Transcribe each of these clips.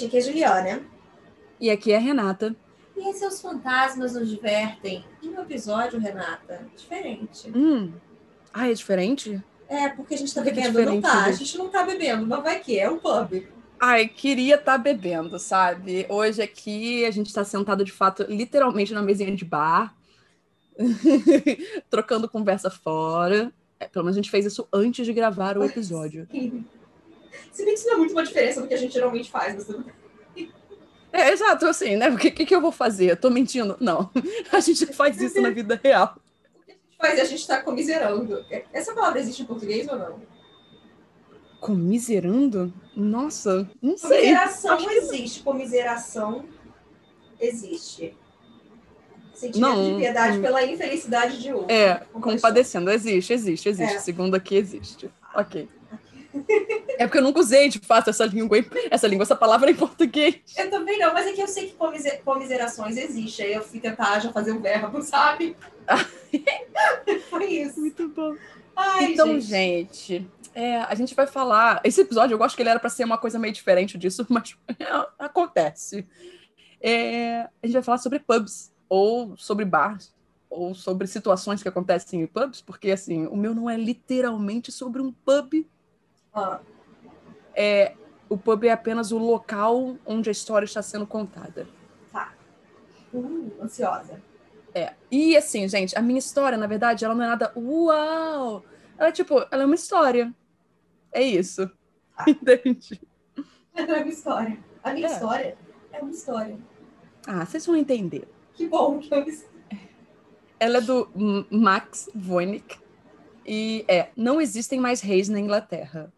aqui é a Juliana. E aqui é a Renata. E esses Os Fantasmas Nos Divertem. E um episódio, Renata, diferente. É diferente? É, porque a gente tá Por que bebendo, não tá? A diferente? gente não tá bebendo, mas vai que é um pub. Queria estar bebendo, sabe? Hoje aqui a gente tá sentado, de fato, literalmente na mesinha de bar, trocando conversa fora. Pelo menos a gente fez isso antes de gravar o episódio. Sim. Se bem que isso não é muito uma diferença do que a gente geralmente faz, mas tudo bem. Exato, assim, né? O que eu vou fazer? Eu tô mentindo? Não. A gente faz isso na vida real. O que a gente faz é a gente tá comiserando. Essa palavra existe em português ou não? Comiserando? Nossa, não sei. Comiseração existe, comiseração existe. Sentimento de piedade pela infelicidade de outro. Compadecendo. Existe. Segundo aqui, existe. Ok. É porque eu nunca usei, de fato, essa palavra em português. Eu também não, mas é que eu sei que comiserações existem. Aí eu fui tentar já fazer um verbo, sabe? Foi isso. Muito bom. Ai, então, gente, a gente vai falar... Esse episódio, eu gosto que ele era para ser uma coisa meio diferente disso, mas acontece. A gente vai falar sobre pubs, ou sobre bars, ou sobre situações que acontecem em pubs, porque, assim, o meu não é literalmente sobre um pub. O pub é apenas o local onde a história está sendo contada. Tá. Ansiosa. E assim, gente, a minha história, na verdade, ela não é nada uau! Ela é uma história. É isso. Entende? Ela é uma história. A minha história é uma história. Vocês vão entender. Que bom que eu... Ela é do Max Voynich. E não existem mais reis na Inglaterra.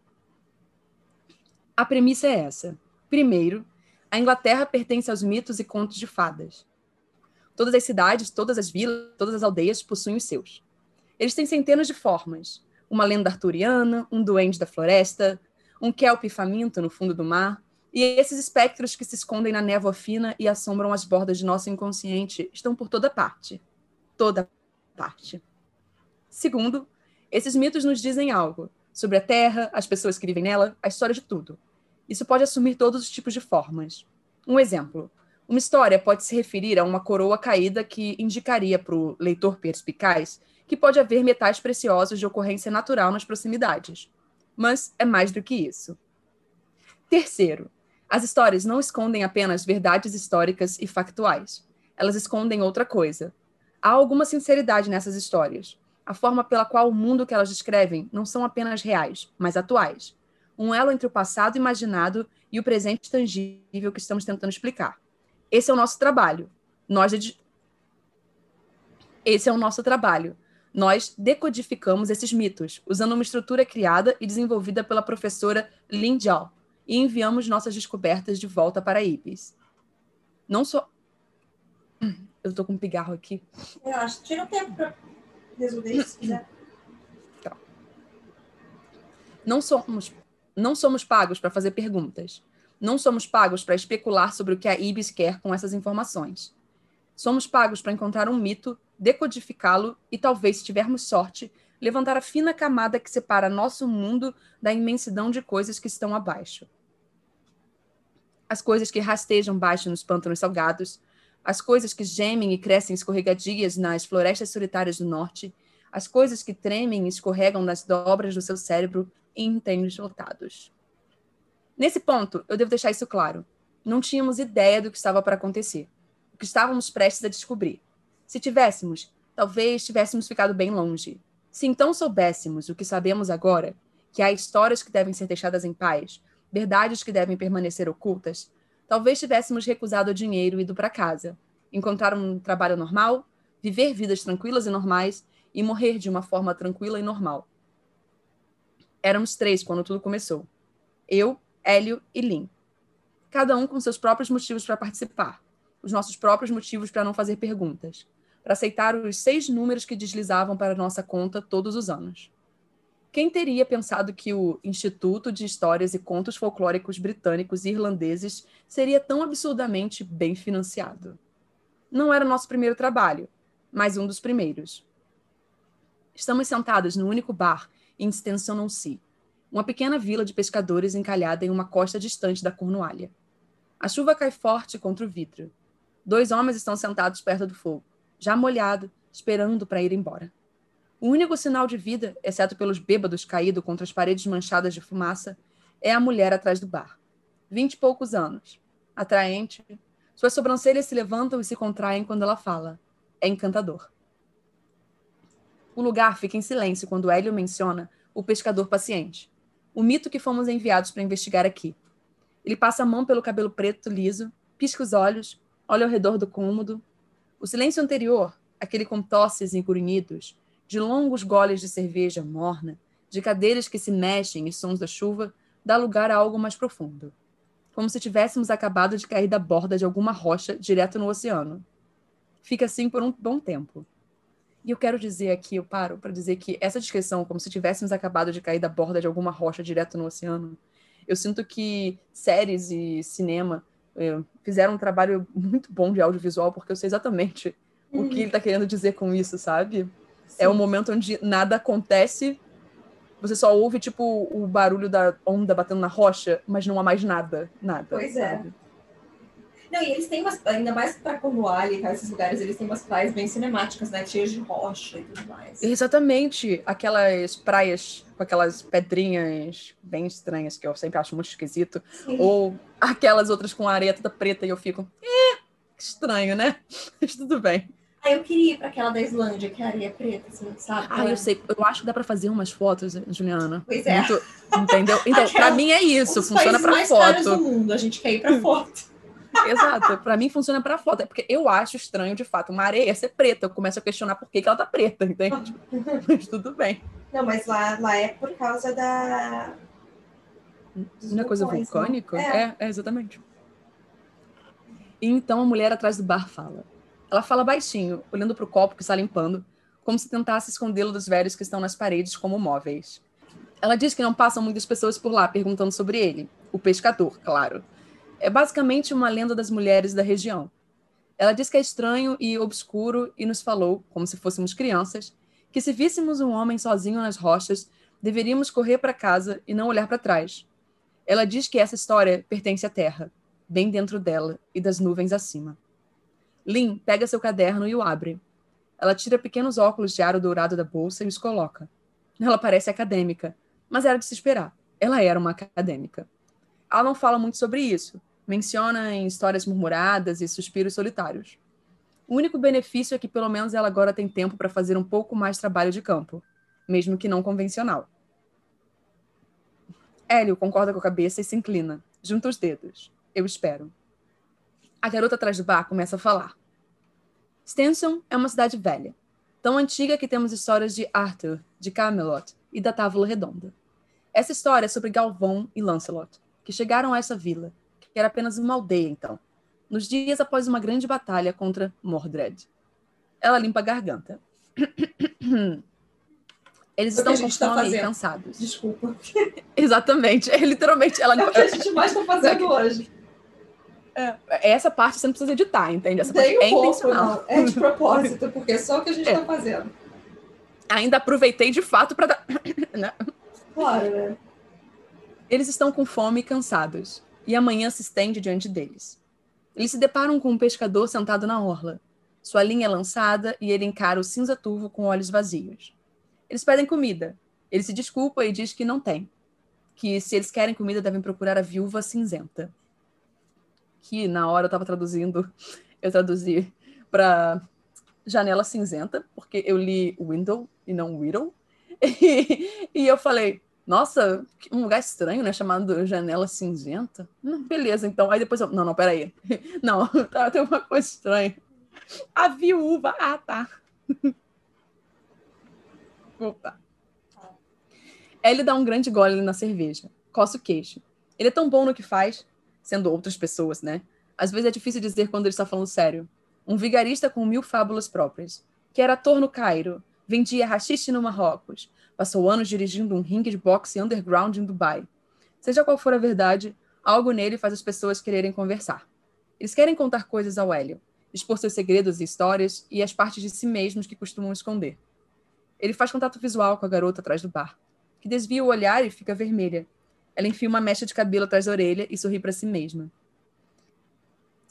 A premissa é essa. Primeiro, a Inglaterra pertence aos mitos e contos de fadas. Todas as cidades, todas as vilas, todas as aldeias possuem os seus. Eles têm centenas de formas. Uma lenda arturiana, um duende da floresta, um kelp faminto no fundo do mar. E esses espectros que se escondem na névoa fina e assombram as bordas de nosso inconsciente estão por toda parte. Toda parte. Segundo, esses mitos nos dizem algo sobre a Terra, as pessoas que vivem nela, a história de tudo. Isso pode assumir todos os tipos de formas. Um exemplo. Uma história pode se referir a uma coroa caída que indicaria para o leitor perspicaz que pode haver metais preciosos de ocorrência natural nas proximidades. Mas é mais do que isso. Terceiro, as histórias não escondem apenas verdades históricas e factuais. Elas escondem outra coisa. Há alguma sinceridade nessas histórias. A forma pela qual o mundo que elas descrevem não são apenas reais, mas atuais. Um elo entre o passado imaginado e o presente tangível que estamos tentando explicar. Esse é o nosso trabalho. Esse é o nosso trabalho. Nós decodificamos esses mitos, usando uma estrutura criada e desenvolvida pela professora Lin Zhao, e enviamos nossas descobertas de volta para a Ibis. Não só... Eu tô com um pigarro aqui. Eu acho. Tira um tempo para resolver isso, se quiser. Tá. Não somos pagos para fazer perguntas. Não somos pagos para especular sobre o que a Ibis quer com essas informações. Somos pagos para encontrar um mito, decodificá-lo e, talvez, se tivermos sorte, levantar a fina camada que separa nosso mundo da imensidão de coisas que estão abaixo. As coisas que rastejam baixo nos pântanos salgados, as coisas que gemem e crescem escorregadias nas florestas solitárias do norte, as coisas que tremem e escorregam nas dobras do seu cérebro em entendres lotados. Nesse ponto, eu devo deixar isso claro. Não tínhamos ideia do que estava para acontecer. O que estávamos prestes a descobrir. Se tivéssemos, talvez tivéssemos ficado bem longe. Se então soubéssemos o que sabemos agora, que há histórias que devem ser deixadas em paz, verdades que devem permanecer ocultas, talvez tivéssemos recusado o dinheiro e ido para casa, encontrar um trabalho normal, viver vidas tranquilas e normais e morrer de uma forma tranquila e normal. Éramos 3 quando tudo começou. Eu, Hélio e Lin. Cada um com seus próprios motivos para participar. Os nossos próprios motivos para não fazer perguntas. Para aceitar os 6 números que deslizavam para nossa conta todos os anos. Quem teria pensado que o Instituto de Histórias e Contos Folclóricos Britânicos e Irlandeses seria tão absurdamente bem financiado? Não era nosso primeiro trabalho, mas um dos primeiros. Estamos sentados no único bar em Stenson-on-Sea, uma pequena vila de pescadores encalhada em uma costa distante da Cornualha. A chuva cai forte contra o vidro. 2 homens estão sentados perto do fogo, já molhado, esperando para ir embora. O único sinal de vida, exceto pelos bêbados caídos contra as paredes manchadas de fumaça, é a mulher atrás do bar. 20 e poucos anos. Atraente. Suas sobrancelhas se levantam e se contraem quando ela fala. É encantador. O lugar fica em silêncio quando Hélio menciona o pescador paciente. O mito que fomos enviados para investigar aqui. Ele passa a mão pelo cabelo preto liso, pisca os olhos, olha ao redor do cômodo. O silêncio anterior, aquele com tosses e grunhidos, de longos goles de cerveja morna, de cadeiras que se mexem e sons da chuva, dá lugar a algo mais profundo. Como se tivéssemos acabado de cair da borda de alguma rocha direto no oceano. Fica assim por um bom tempo. E eu quero dizer aqui, eu paro para dizer que essa descrição, como se tivéssemos acabado de cair da borda de alguma rocha direto no oceano, eu sinto que séries e cinema fizeram um trabalho muito bom de audiovisual, porque eu sei exatamente o que ele está querendo dizer com isso, sabe? Sim. É um momento onde nada acontece, você só ouve, tipo, o barulho da onda batendo na rocha, mas não há mais nada. Pois sabe? É. Não, e eles têm umas, ainda mais pra Cornualha, tá, esses lugares, eles têm umas praias bem cinemáticas, né? Cheias de rocha e tudo mais. Exatamente. Aquelas praias com aquelas pedrinhas bem estranhas, que eu sempre acho muito esquisito. Sim. Ou aquelas outras com areia toda preta e eu fico, que estranho, né? Mas tudo bem. Eu queria ir pra aquela da Islândia, que é areia preta, assim, sabe? Eu sei. Eu acho que dá pra fazer umas fotos, Juliana. Pois é. Muito, entendeu? Então, pra mim é isso. Funciona pra mais foto. Caros do mundo, a gente quer ir pra foto. Exato, pra mim funciona pra foto. É porque eu acho estranho, de fato, uma areia ser preta. Eu começo a questionar por que ela tá preta, entende? Mas tudo bem. Não, mas lá é por causa da... Não é coisa vulcânica? É, exatamente. E então a mulher atrás do bar fala. Ela fala baixinho, olhando pro copo que está limpando, como se tentasse escondê-lo dos velhos que estão nas paredes como móveis. Ela diz que não passam muitas pessoas por lá perguntando sobre ele. O pescador, claro. É basicamente uma lenda das mulheres da região. Ela diz que é estranho e obscuro e nos falou, como se fôssemos crianças, que se víssemos um homem sozinho nas rochas, deveríamos correr para casa e não olhar para trás. Ela diz que essa história pertence à terra, bem dentro dela e das nuvens acima. Lynn pega seu caderno e o abre. Ela tira pequenos óculos de aro dourado da bolsa e os coloca. Ela parece acadêmica, mas era de se esperar. Ela era uma acadêmica. Ela não fala muito sobre isso. Menciona em histórias murmuradas e suspiros solitários. O único benefício é que pelo menos ela agora tem tempo para fazer um pouco mais trabalho de campo, mesmo que não convencional. Hélio concorda com a cabeça e se inclina. Junta os dedos. Eu espero. A garota atrás do bar começa a falar. Stanson é uma cidade velha, tão antiga que temos histórias de Arthur, de Camelot e da Távola Redonda. Essa história é sobre Galvão e Lancelot, que chegaram a essa vila, que era apenas uma aldeia então, nos dias após uma grande batalha contra Mordred. Ela limpa a garganta. Eles estão com fome e cansados. Desculpa. Exatamente. Literalmente. É o que a gente mais está fazendo hoje. Essa parte você não precisa editar, entende? Essa parte é intencional. Não. É de propósito, porque é só o que a gente está fazendo. Ainda aproveitei de fato para dar... Claro, né? Eles estão com fome e cansados, e a manhã se estende diante deles. Eles se deparam com um pescador sentado na orla. Sua linha é lançada e ele encara o cinza turvo com olhos vazios. Eles pedem comida. Ele se desculpa e diz que não tem. Que se eles querem comida, devem procurar a viúva cinzenta. Que na hora eu estava traduzindo, eu traduzi para janela cinzenta, porque eu li window e não widow. E eu falei, nossa, um lugar estranho, né? Chamado janela cinzenta. Beleza, então. Aí depois eu, não, peraí. Não, tem uma coisa estranha. A viúva, tá. Opa. Ele dá um grande gole na cerveja, coça o queixo. Ele é tão bom no que faz, sendo outras pessoas, né? Às vezes é difícil dizer quando ele está falando sério. Um vigarista com 1000 fábulas próprias, que era ator no Cairo, vendia haxixe no Marrocos, passou anos dirigindo um ringue de boxe underground em Dubai. Seja qual for a verdade, algo nele faz as pessoas quererem conversar. Eles querem contar coisas ao Hélio, expor seus segredos e histórias e as partes de si mesmos que costumam esconder. Ele faz contato visual com a garota atrás do bar, que desvia o olhar e fica vermelha. Ela enfia uma mecha de cabelo atrás da orelha e sorri para si mesma.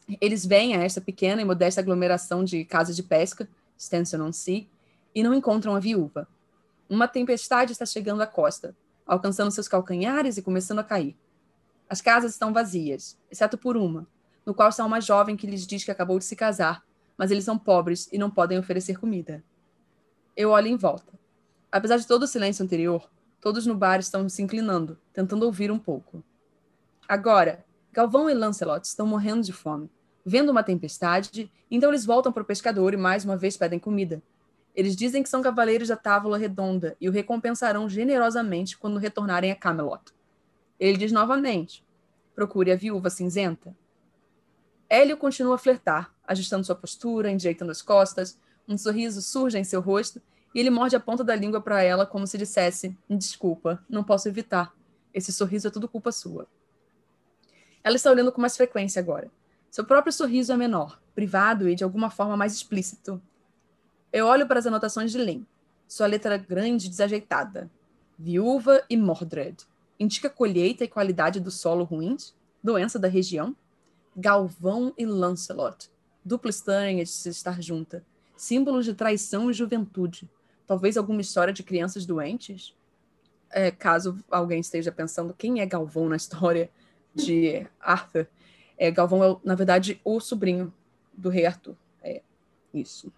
Eles vêm a esta pequena e modesta aglomeração de casas de pesca, Stanson-on-Sea, e não encontram a viúva. Uma tempestade está chegando à costa, alcançando seus calcanhares e começando a cair. As casas estão vazias, exceto por uma, no qual está uma jovem que lhes diz que acabou de se casar, mas eles são pobres e não podem oferecer comida. Eu olho em volta. Apesar de todo o silêncio anterior, todos no bar estão se inclinando, tentando ouvir um pouco. Agora, Galvão e Lancelot estão morrendo de fome, vendo uma tempestade, então eles voltam para o pescador e mais uma vez pedem comida. Eles dizem que são cavaleiros da Távola Redonda e o recompensarão generosamente quando retornarem a Camelot. Ele diz novamente: procure a viúva cinzenta. Hélio continua a flertar, ajustando sua postura, endireitando as costas. Um sorriso surge em seu rosto e ele morde a ponta da língua para ela como se dissesse: desculpa, não posso evitar. Esse sorriso é tudo culpa sua. Ela está olhando com mais frequência agora. Seu próprio sorriso é menor, privado e de alguma forma mais explícito. Eu olho para as anotações de Lynn. Sua letra grande e desajeitada. Viúva e Mordred. Indica colheita e qualidade do solo ruins? Doença da região? Galvão e Lancelot. Dupla estranha de se estar junta. Símbolos de traição e juventude. Talvez alguma história de crianças doentes? Caso alguém esteja pensando quem é Galvão na história de Arthur. Galvão é, na verdade, o sobrinho do rei Arthur. É isso.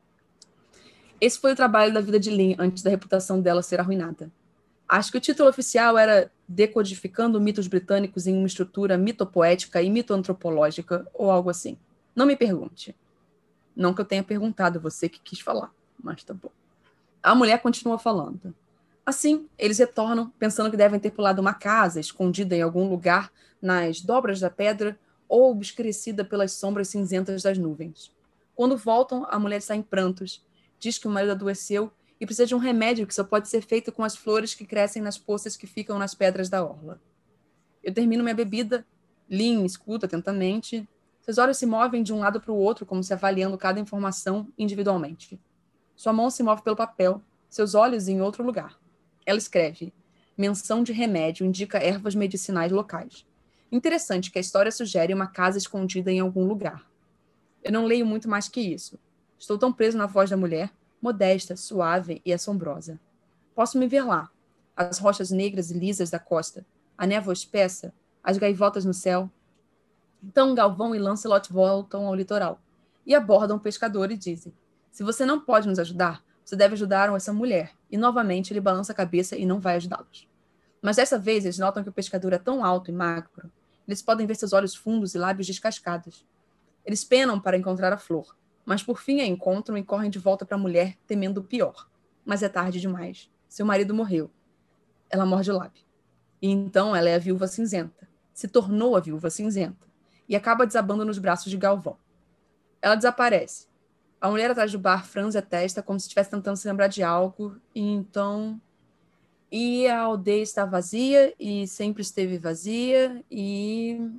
Esse foi o trabalho da vida de Lynn antes da reputação dela ser arruinada. Acho que o título oficial era Decodificando Mitos Britânicos em uma Estrutura Mitopoética e Mitoantropológica, ou algo assim. Não me pergunte. Não que eu tenha perguntado, você que quis falar, mas tá bom. A mulher continua falando. Assim, eles retornam, pensando que devem ter pulado uma casa, escondida em algum lugar nas dobras da pedra ou obscurecida pelas sombras cinzentas das nuvens. Quando voltam, a mulher está em prantos, diz que o marido adoeceu e precisa de um remédio que só pode ser feito com as flores que crescem nas poças que ficam nas pedras da orla. Eu termino minha bebida, Lynn escuta atentamente. Seus olhos se movem de um lado para o outro, como se avaliando cada informação individualmente. Sua mão se move pelo papel, seus olhos em outro lugar. Ela escreve: menção de remédio indica ervas medicinais locais. Interessante que a história sugere uma casa escondida em algum lugar. Eu não leio muito mais que isso. Estou tão preso na voz da mulher, modesta, suave e assombrosa. Posso me ver lá. As rochas negras e lisas da costa, a névoa espessa, as gaivotas no céu. Então Galvão e Lancelot voltam ao litoral e abordam o pescador e dizem: se você não pode nos ajudar, você deve ajudar essa mulher. E novamente ele balança a cabeça e não vai ajudá-los. Mas dessa vez eles notam que o pescador é tão alto e magro, eles podem ver seus olhos fundos e lábios descascados. Eles penam para encontrar a flor, mas por fim a encontram e correm de volta para a mulher, temendo o pior. Mas é tarde demais. Seu marido morreu. Ela morde o lábio. E então ela é a viúva cinzenta. Se tornou a viúva cinzenta. E acaba desabando nos braços de Galvão. Ela desaparece. A mulher atrás do bar franze a testa como se estivesse tentando se lembrar de algo. E então... E a aldeia está vazia e sempre esteve vazia e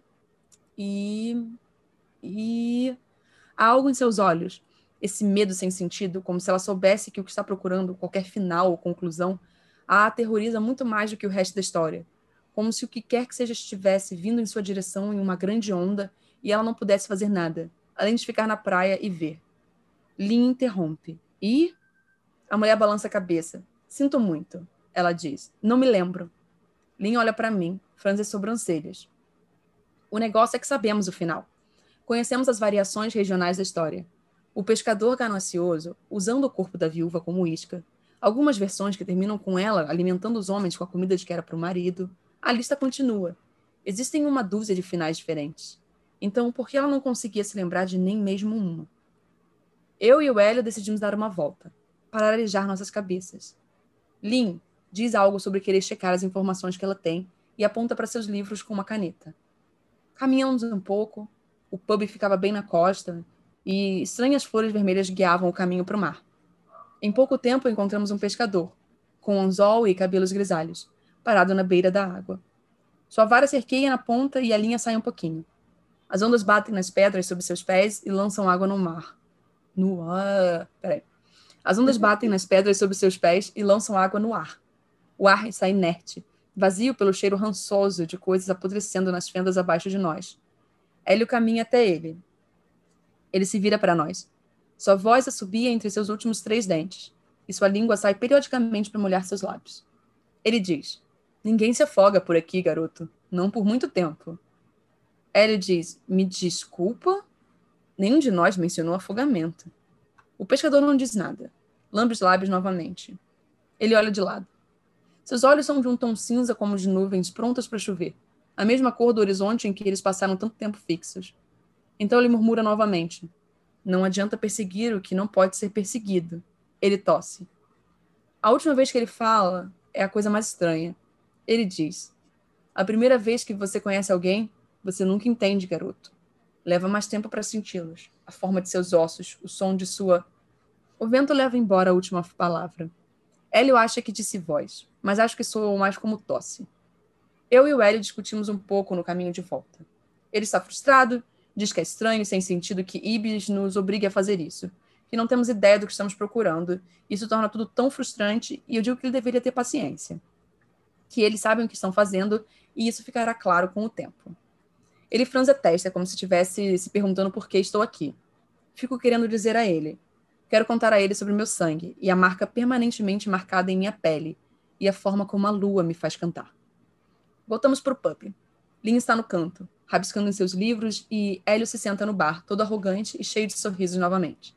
há algo em seus olhos, esse medo sem sentido, como se ela soubesse que o que está procurando, qualquer final ou conclusão, a aterroriza muito mais do que o resto da história, como se o que quer que seja estivesse vindo em sua direção em uma grande onda e ela não pudesse fazer nada, além de ficar na praia e ver. Lynn interrompe. E? A mulher balança a cabeça. Sinto muito. Ela diz: não me lembro. Lynn olha para mim, franze as sobrancelhas. O negócio é que sabemos o final. Conhecemos as variações regionais da história. O pescador ganancioso, usando o corpo da viúva como isca. Algumas versões que terminam com ela alimentando os homens com a comida de que era para o marido. A lista continua. Existem uma dúzia de finais diferentes. Então, por que ela não conseguia se lembrar de nem mesmo uma? Eu e o Hélio decidimos dar uma volta, para arejar nossas cabeças. Lynn diz algo sobre querer checar as informações que ela tem e aponta para seus livros com uma caneta. Caminhamos um pouco, o pub ficava bem na costa e estranhas flores vermelhas guiavam o caminho para o mar. Em pouco tempo encontramos um pescador, com anzol e cabelos grisalhos, parado na beira da água. Sua vara cerqueia na ponta e a linha sai um pouquinho. As ondas batem nas pedras sob seus pés e lançam água no mar. As ondas batem nas pedras sob seus pés e lançam água no ar. O ar está inerte, vazio pelo cheiro rançoso de coisas apodrecendo nas fendas abaixo de nós. Hélio caminha até ele. Ele se vira para nós. Sua voz assobia entre seus últimos 3 dentes, e sua língua sai periodicamente para molhar seus lábios. Ele diz: ninguém se afoga por aqui, garoto. Não por muito tempo. Hélio diz: me desculpa? Nenhum de nós mencionou afogamento. O pescador não diz nada. Lambe os lábios novamente. Ele olha de lado. Seus olhos são de um tom cinza como de nuvens prontas para chover, a mesma cor do horizonte em que eles passaram tanto tempo fixos. Então ele murmura novamente. Não adianta perseguir o que não pode ser perseguido. Ele tosse. A última vez que ele fala é a coisa mais estranha. Ele diz: a primeira vez que você conhece alguém, você nunca entende, garoto. Leva mais tempo para senti-los. A forma de seus ossos, o som de sua... O vento leva embora a última palavra. Hélio acha que disse voz, mas acho que soou mais como tosse. Eu e o Hélio discutimos um pouco no caminho de volta. Ele está frustrado, diz que é estranho e sem sentido que Ibis nos obrigue a fazer isso, que não temos ideia do que estamos procurando. Isso torna tudo tão frustrante e eu digo que ele deveria ter paciência. Que eles sabem o que estão fazendo e isso ficará claro com o tempo. Ele franze a testa como se estivesse se perguntando por que estou aqui. Fico querendo dizer a ele. Quero contar a ele sobre meu sangue e a marca permanentemente marcada em minha pele e a forma como a lua me faz cantar. Voltamos para o pub. Lynn está no canto, rabiscando em seus livros e Hélio se senta no bar, todo arrogante e cheio de sorrisos novamente.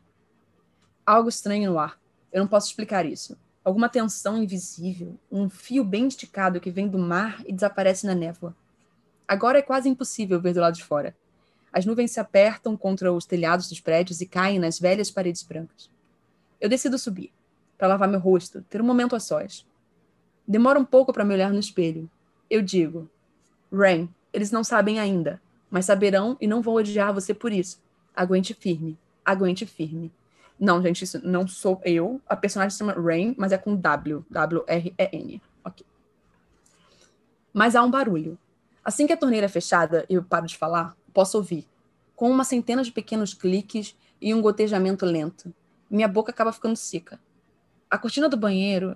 Há algo estranho no ar. Eu não posso explicar isso. Alguma tensão invisível, um fio bem esticado que vem do mar e desaparece na névoa. Agora é quase impossível ver do lado de fora. As nuvens se apertam contra os telhados dos prédios e caem nas velhas paredes brancas. Eu decido subir, para lavar meu rosto, ter um momento a sós. Demora um pouco para me olhar no espelho. Eu digo: Rain, eles não sabem ainda, mas saberão e não vão odiar você por isso. Aguente firme, aguente firme. Não, gente, isso não sou eu. A personagem se chama Rain, mas é com W. W-R-E-N. Ok. Mas há um barulho. Assim que a torneira é fechada e eu paro de falar, posso ouvir, com uma centena de pequenos cliques e um gotejamento lento. Minha boca acaba ficando seca. A cortina do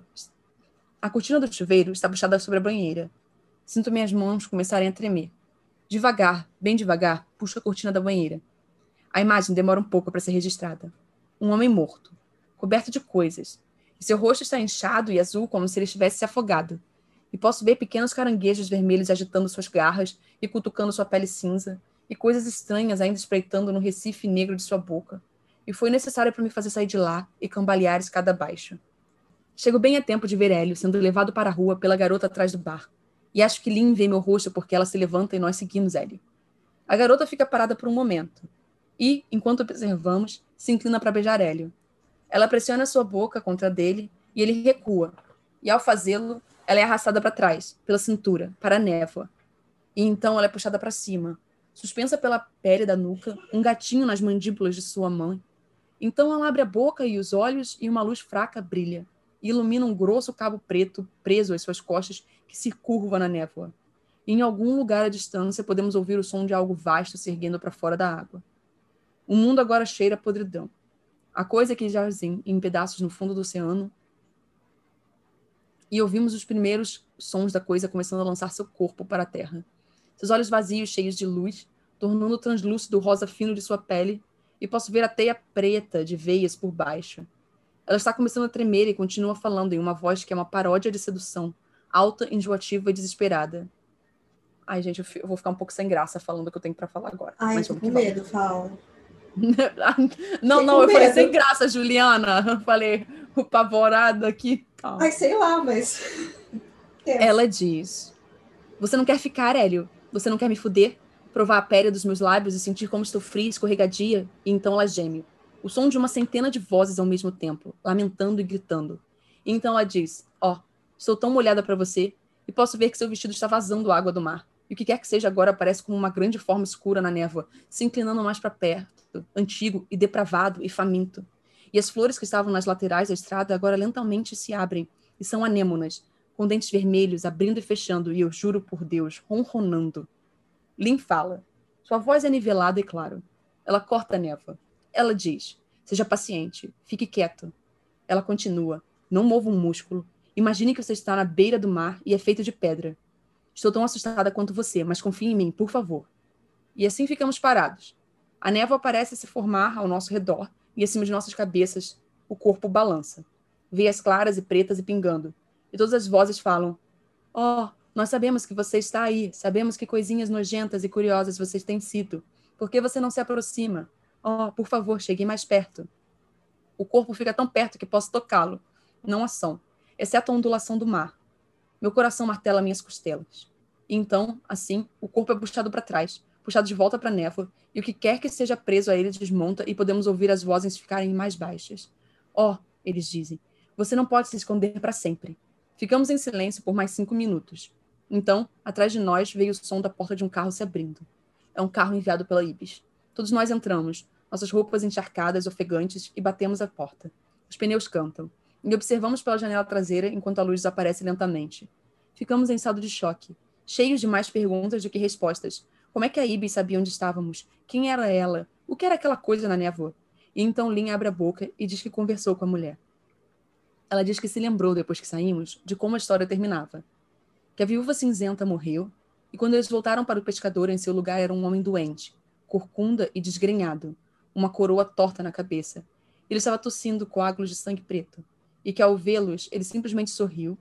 chuveiro está puxada sobre a banheira. Sinto minhas mãos começarem a tremer. Devagar, bem devagar, puxo a cortina da banheira. A imagem demora um pouco para ser registrada. Um homem morto, coberto de coisas, e seu rosto está inchado e azul como se ele estivesse se afogado. E posso ver pequenos caranguejos vermelhos agitando suas garras e cutucando sua pele cinza, e coisas estranhas ainda espreitando no recife negro de sua boca. E foi necessário para me fazer sair de lá e cambalear escada abaixo. Chego bem a tempo de ver Hélio sendo levado para a rua pela garota atrás do bar. E acho que Lynn vê meu rosto porque ela se levanta e nós seguimos Hélio. A garota fica parada por um momento. E, enquanto observamos, se inclina para beijar Hélio. Ela pressiona sua boca contra a dele e ele recua. E ao fazê-lo, ela é arrastada para trás, pela cintura, para a névoa. E então ela é puxada para cima, suspensa pela pele da nuca, um gatinho nas mandíbulas de sua mãe. Então ela abre a boca e os olhos e uma luz fraca brilha, e ilumina um grosso cabo preto preso às suas costas que se curva na névoa. E em algum lugar à distância podemos ouvir o som de algo vasto se erguendo para fora da água. O mundo agora cheira a podridão. A coisa que jaz em pedaços no fundo do oceano. E ouvimos os primeiros sons da coisa começando a lançar seu corpo para a terra. Seus olhos vazios, cheios de luz, tornando translúcido o rosa fino de sua pele, e posso ver a teia preta de veias por baixo. Ela está começando a tremer e continua falando em uma voz que é uma paródia de sedução, alta, enjoativa e desesperada. Ai, gente, eu vou ficar um pouco sem graça falando o que eu tenho para falar agora. Ai, mas eu tô com medo, fala. Não, eu falei sem graça, Juliana. Eu falei apavorada aqui. Ai, sei lá, mas... Ela diz: você não quer ficar, Hélio? Você não quer me fuder? Provar a pele dos meus lábios e sentir como estou fria, escorregadia? E então ela geme. O som de uma centena de vozes ao mesmo tempo, lamentando e gritando. E então ela diz: estou tão molhada para você, e posso ver que seu vestido está vazando água do mar. E o que quer que seja agora aparece como uma grande forma escura na névoa, se inclinando mais para perto, antigo e depravado e faminto. E as flores que estavam nas laterais da estrada agora lentamente se abrem, e são anêmonas, com dentes vermelhos, abrindo e fechando, e eu juro por Deus, ronronando. Lynn fala. Sua voz é nivelada e claro. Ela corta a névoa. Ela diz: seja paciente, fique quieto. Ela continua: não mova um músculo. Imagine que você está na beira do mar e é feito de pedra. Estou tão assustada quanto você, mas confie em mim, por favor. E assim ficamos parados. A névoa parece se formar ao nosso redor e acima de nossas cabeças o corpo balança. Veias claras e pretas e pingando. E todas as vozes falam: "Oh, nós sabemos que você está aí. Sabemos que coisinhas nojentas e curiosas você tem sido. Por que você não se aproxima? Oh, por favor, chegue mais perto." O corpo fica tão perto que posso tocá-lo. Não há som, exceto a ondulação do mar. Meu coração martela minhas costelas. E então, assim, o corpo é puxado para trás, puxado de volta para a névoa, e o que quer que esteja preso a ele desmonta e podemos ouvir as vozes ficarem mais baixas. Oh, eles dizem, você não pode se esconder para sempre. Ficamos em silêncio por mais 5 minutos. Então, atrás de nós veio o som da porta de um carro se abrindo. É um carro enviado pela Ibis. Todos nós entramos, nossas roupas encharcadas, ofegantes, e batemos a porta. Os pneus cantam. E observamos pela janela traseira enquanto a luz desaparece lentamente. Ficamos em estado de choque, cheios de mais perguntas do que respostas. Como é que a Ibis sabia onde estávamos? Quem era ela? O que era aquela coisa na névoa? E então Lynn abre a boca e diz que conversou com a mulher. Ela diz que se lembrou, depois que saímos, de como a história terminava. Que a viúva cinzenta morreu, e quando eles voltaram para o pescador, em seu lugar era um homem doente, corcunda e desgrenhado, uma coroa torta na cabeça. Ele estava tossindo coágulos de sangue preto, e que ao vê-los, ele simplesmente sorriu,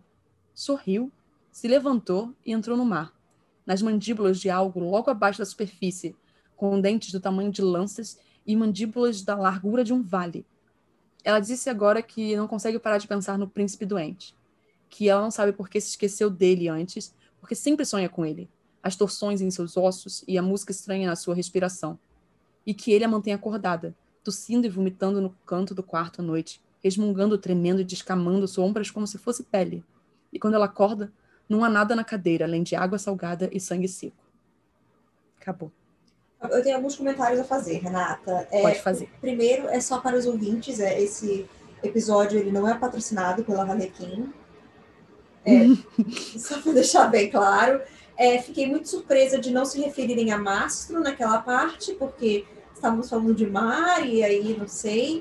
se levantou e entrou no mar, nas mandíbulas de algo logo abaixo da superfície, com dentes do tamanho de lanças e mandíbulas da largura de um vale. Ela disse agora que não consegue parar de pensar no príncipe doente, que ela não sabe por que se esqueceu dele antes, porque sempre sonha com ele, as torções em seus ossos e a música estranha na sua respiração, e que ele a mantém acordada, tossindo e vomitando no canto do quarto à noite, resmungando, tremendo e descamando sombras como se fosse pele. E quando ela acorda, não há nada na cadeira, além de água salgada e sangue seco. Acabou. Eu tenho alguns comentários a fazer, Renata. Pode fazer. Primeiro, é só para os ouvintes, esse episódio ele não é patrocinado pela Harlequin. Só para deixar bem claro. Fiquei muito surpresa de não se referirem a mastro naquela parte, porque estávamos falando de mar, e aí, não sei.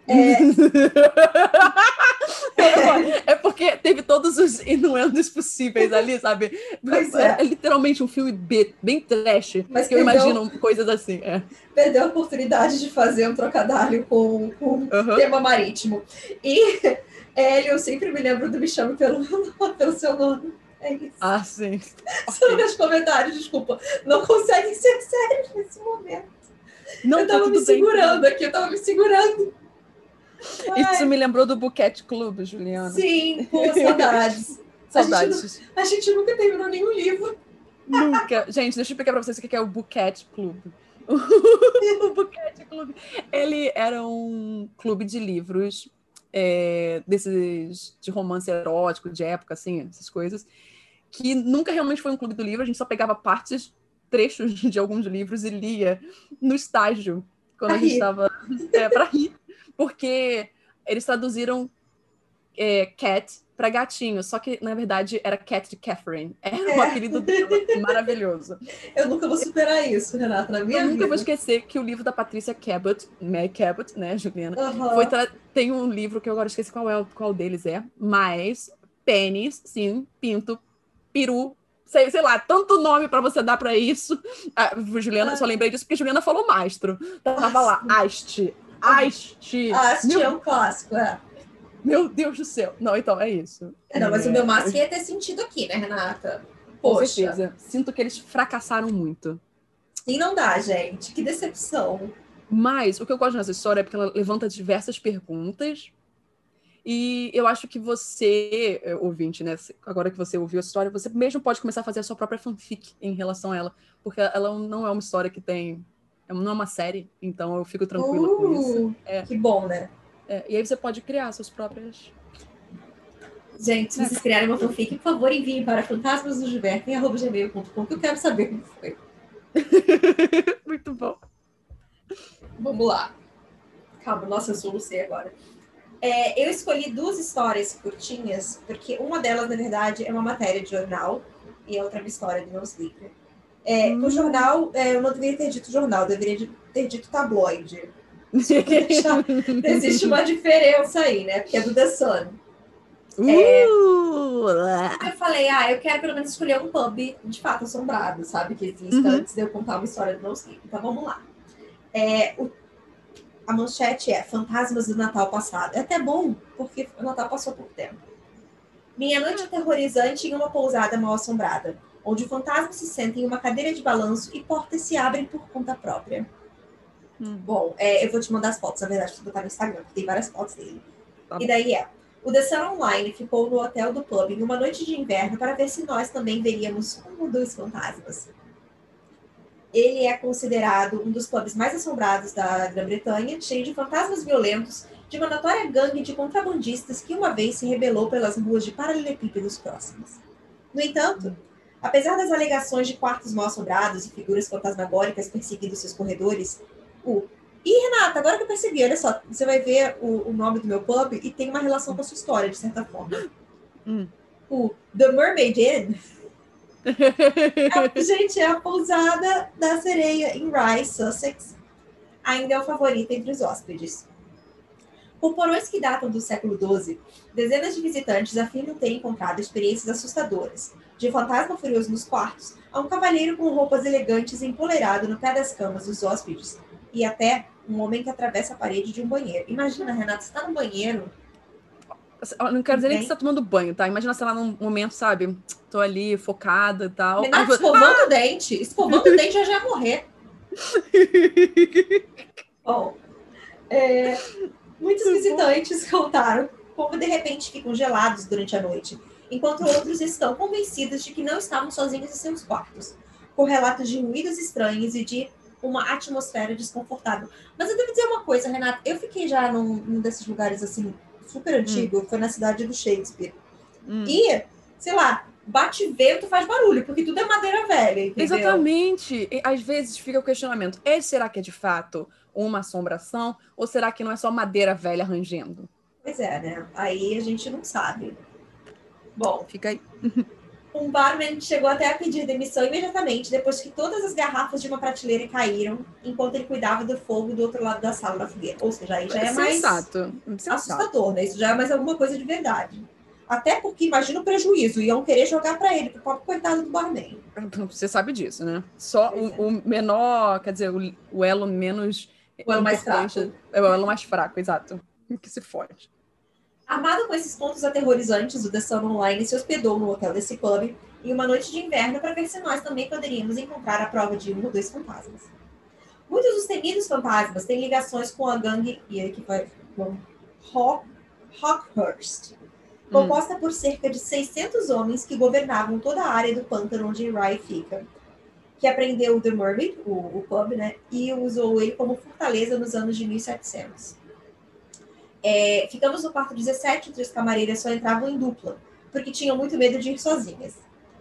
É porque teve todos os inuendos possíveis ali, sabe? É literalmente um filme bem trash, mas que eu imagino coisas assim. Perdeu a oportunidade de fazer um trocadilho com tema marítimo. E eu sempre me lembro do Me Chame pelo Seu Nome. É isso. Ah, sim. São meus comentários, desculpa. Não conseguem ser sérios nesse momento. Não, eu tava me segurando aqui, Isso me lembrou do Bouquet Club, Juliana. Sim, pô, saudades. Saudades. A gente nunca terminou nenhum livro. Nunca. Gente, deixa eu explicar pra vocês o que é o Bouquet Club. O Bouquet Club. Ele era um clube de livros desses de romance erótico, de época, assim, essas coisas, que nunca realmente foi um clube do livro, a gente só pegava trechos de alguns livros e lia no estágio, quando a gente estava pra rir. Porque eles traduziram Cat para gatinho, só que, na verdade, era Cat de Catherine. Era o apelido dela, maravilhoso. Eu nunca vou superar isso, Renata, na minha vida. Eu nunca vou esquecer que o livro da Patricia Cabot, Meg Cabot, né, Juliana, tem um livro que eu agora esqueci qual deles é, mas pênis, sim, pinto, peru, sei lá, tanto nome pra você dar pra isso. Juliana, só lembrei disso porque Juliana falou mastro. Tava lá, Haste é um clássico, Meu Deus do céu. Não, então, é isso. Não, mas o meu máximo ia ter sentido aqui, né, Renata? Com certeza. Sinto que eles fracassaram muito. E não dá, gente. Que decepção. Mas o que eu gosto nessa história é porque ela levanta diversas perguntas. E eu acho que você, ouvinte, né, agora que você ouviu a história, você mesmo pode começar a fazer a sua própria fanfic em relação a ela. Porque ela não é uma história que tem... Não é uma série, então eu fico tranquila com isso. Que bom, né? E aí você pode criar suas próprias... Gente, se vocês criarem uma fanfic, por favor, enviem para fantasmasnosdivertem@gmail.com, que eu quero saber como foi. Muito bom. Vamos lá. Calma, nossa, eu solucei agora. Eu escolhi 2 histórias curtinhas, porque uma delas, na verdade, é uma matéria de jornal, e a outra é uma história de Nose Sleeper. O jornal, eu não deveria ter dito jornal, eu deveria ter dito tabloide. Existe uma diferença aí, né? Porque é do The Sun. Eu falei, eu quero pelo menos escolher um pub de fato assombrado, sabe? Que exista antes de eu contar uma história do meu livro. Então vamos lá. A manchete é Fantasmas do Natal Passado. É até bom, porque o Natal passou por tempo. Minha noite aterrorizante em uma pousada mal assombrada, onde o fantasma se senta em uma cadeira de balanço e portas se abrem por conta própria. Bom, eu vou te mandar as fotos, na verdade, pra botar no Instagram, porque tem várias fotos dele. Tá E bom. daí o The Sun Online ficou no hotel do pub em uma noite de inverno para ver se nós também veríamos um ou dois fantasmas. Ele é considerado um dos pubs mais assombrados da Grã-Bretanha, cheio de fantasmas violentos de uma notória gangue de contrabandistas que uma vez se rebelou pelas ruas de paralelepípedos próximos. No entanto, apesar das alegações de quartos mal assombrados e figuras fantasmagóricas perseguindo seus corredores, Renata, agora que eu percebi, olha só, você vai ver o nome do meu pub e tem uma relação com a sua história, de certa forma. O The Mermaid Inn gente, é a pousada da sereia em Rye, Sussex. Ainda é o favorito entre os hóspedes. Por porões que datam do século XII, dezenas de visitantes afirmam ter encontrado experiências assustadoras, de fantasma furioso nos quartos, a um cavalheiro com roupas elegantes empoleirado no pé das camas dos hóspedes, e até um homem que atravessa a parede de um banheiro. Imagina, Renata, você está no banheiro. Eu não quero dizer nem que você tá tomando banho, tá? Imagina, sei lá, num momento, sabe? Tô ali, focada e tal. Renata, escovando o dente. Escovando o dente, eu já ia morrer. Bom, muitos visitantes contaram como de repente ficam gelados durante a noite, enquanto outros estão convencidos de que não estavam sozinhos em seus quartos, com relatos de ruídos estranhos e de uma atmosfera desconfortável. Mas eu devo dizer uma coisa, Renata, eu fiquei já num desses lugares assim, super antigo, foi na cidade do Shakespeare. E, sei lá, bate-vento faz barulho, porque tudo é madeira velha, entendeu? Exatamente. E, às vezes fica o questionamento, será que é de fato uma assombração? Ou será que não é só madeira velha rangendo? Pois é, né? Aí a gente não sabe. Bom, fica aí. Um barman chegou até a pedir demissão imediatamente, depois que todas as garrafas de uma prateleira caíram, enquanto ele cuidava do fogo do outro lado da sala da fogueira. Ou seja, aí já é mais assustador, né? Isso já é mais alguma coisa de verdade. Até porque, imagina o prejuízo, iam querer jogar para ele, pro próprio coitado do barman. Você sabe disso, né? Só o menor, quer dizer, o elo menos o elo mais fraco. É o elo mais fraco, exato. Que se fode. Armado com esses contos aterrorizantes, o The Sun Online se hospedou no hotel desse pub em uma noite de inverno para ver se nós também poderíamos encontrar a prova de um ou dois fantasmas. Muitos dos temidos fantasmas têm ligações com a gangue que foi Hawkhurst, composta por cerca de 600 homens que governavam toda a área do pântano onde Rye fica, que apreendeu o The Mermaid, o pub, né, e usou ele como fortaleza nos anos de 1700. Ficamos no quarto 17, entre as camareiras só entravam em dupla, porque tinham muito medo de ir sozinhas.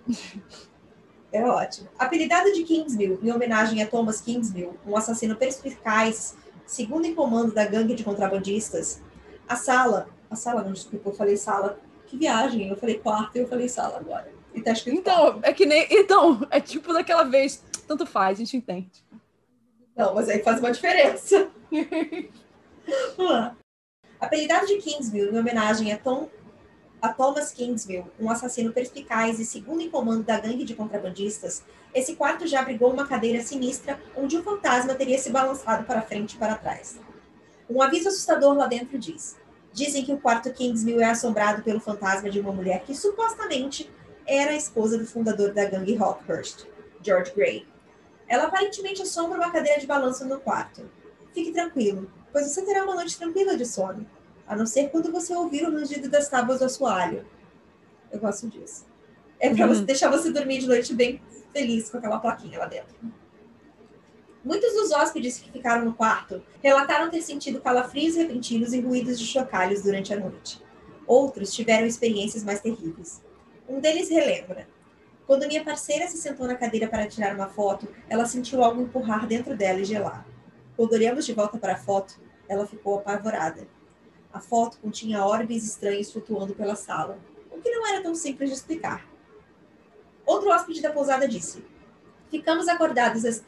É ótimo. Apelidado de Kingsmill, em homenagem a Thomas Kingsmill, um assassino perspicaz, segundo em comando da gangue de contrabandistas, a sala não, desculpa, eu falei sala, que viagem, eu falei quarto e eu falei sala agora. E tá escrito quarto. É tipo daquela vez, tanto faz, a gente entende. Não, mas aí faz uma diferença. Vamos lá. Apelidado de Kingsmill, em homenagem a Thomas Kingsmill, um assassino perspicaz e segundo em comando da gangue de contrabandistas, esse quarto já abrigou uma cadeira sinistra onde um fantasma teria se balançado para frente e para trás. Um aviso assustador lá dentro dizem que o quarto Kingsmill é assombrado pelo fantasma de uma mulher que supostamente era a esposa do fundador da gangue Hawkhurst, George Grey. Ela aparentemente assombra uma cadeira de balanço no quarto. Fique tranquilo, pois você terá uma noite tranquila de sono, a não ser quando você ouvir o rangido das tábuas do assoalho. Eu gosto disso. É para deixar você dormir de noite bem feliz com aquela plaquinha lá dentro. Muitos dos hóspedes que ficaram no quarto relataram ter sentido calafrios repentinos e ruídos de chocalhos durante a noite. Outros tiveram experiências mais terríveis. Um deles relembra: quando minha parceira se sentou na cadeira para tirar uma foto, ela sentiu algo empurrar dentro dela e gelar. Quando olhamos de volta para a foto, ela ficou apavorada. A foto continha orbes estranhos flutuando pela sala, o que não era tão simples de explicar. Outro hóspede da pousada disse: ficamos acordados às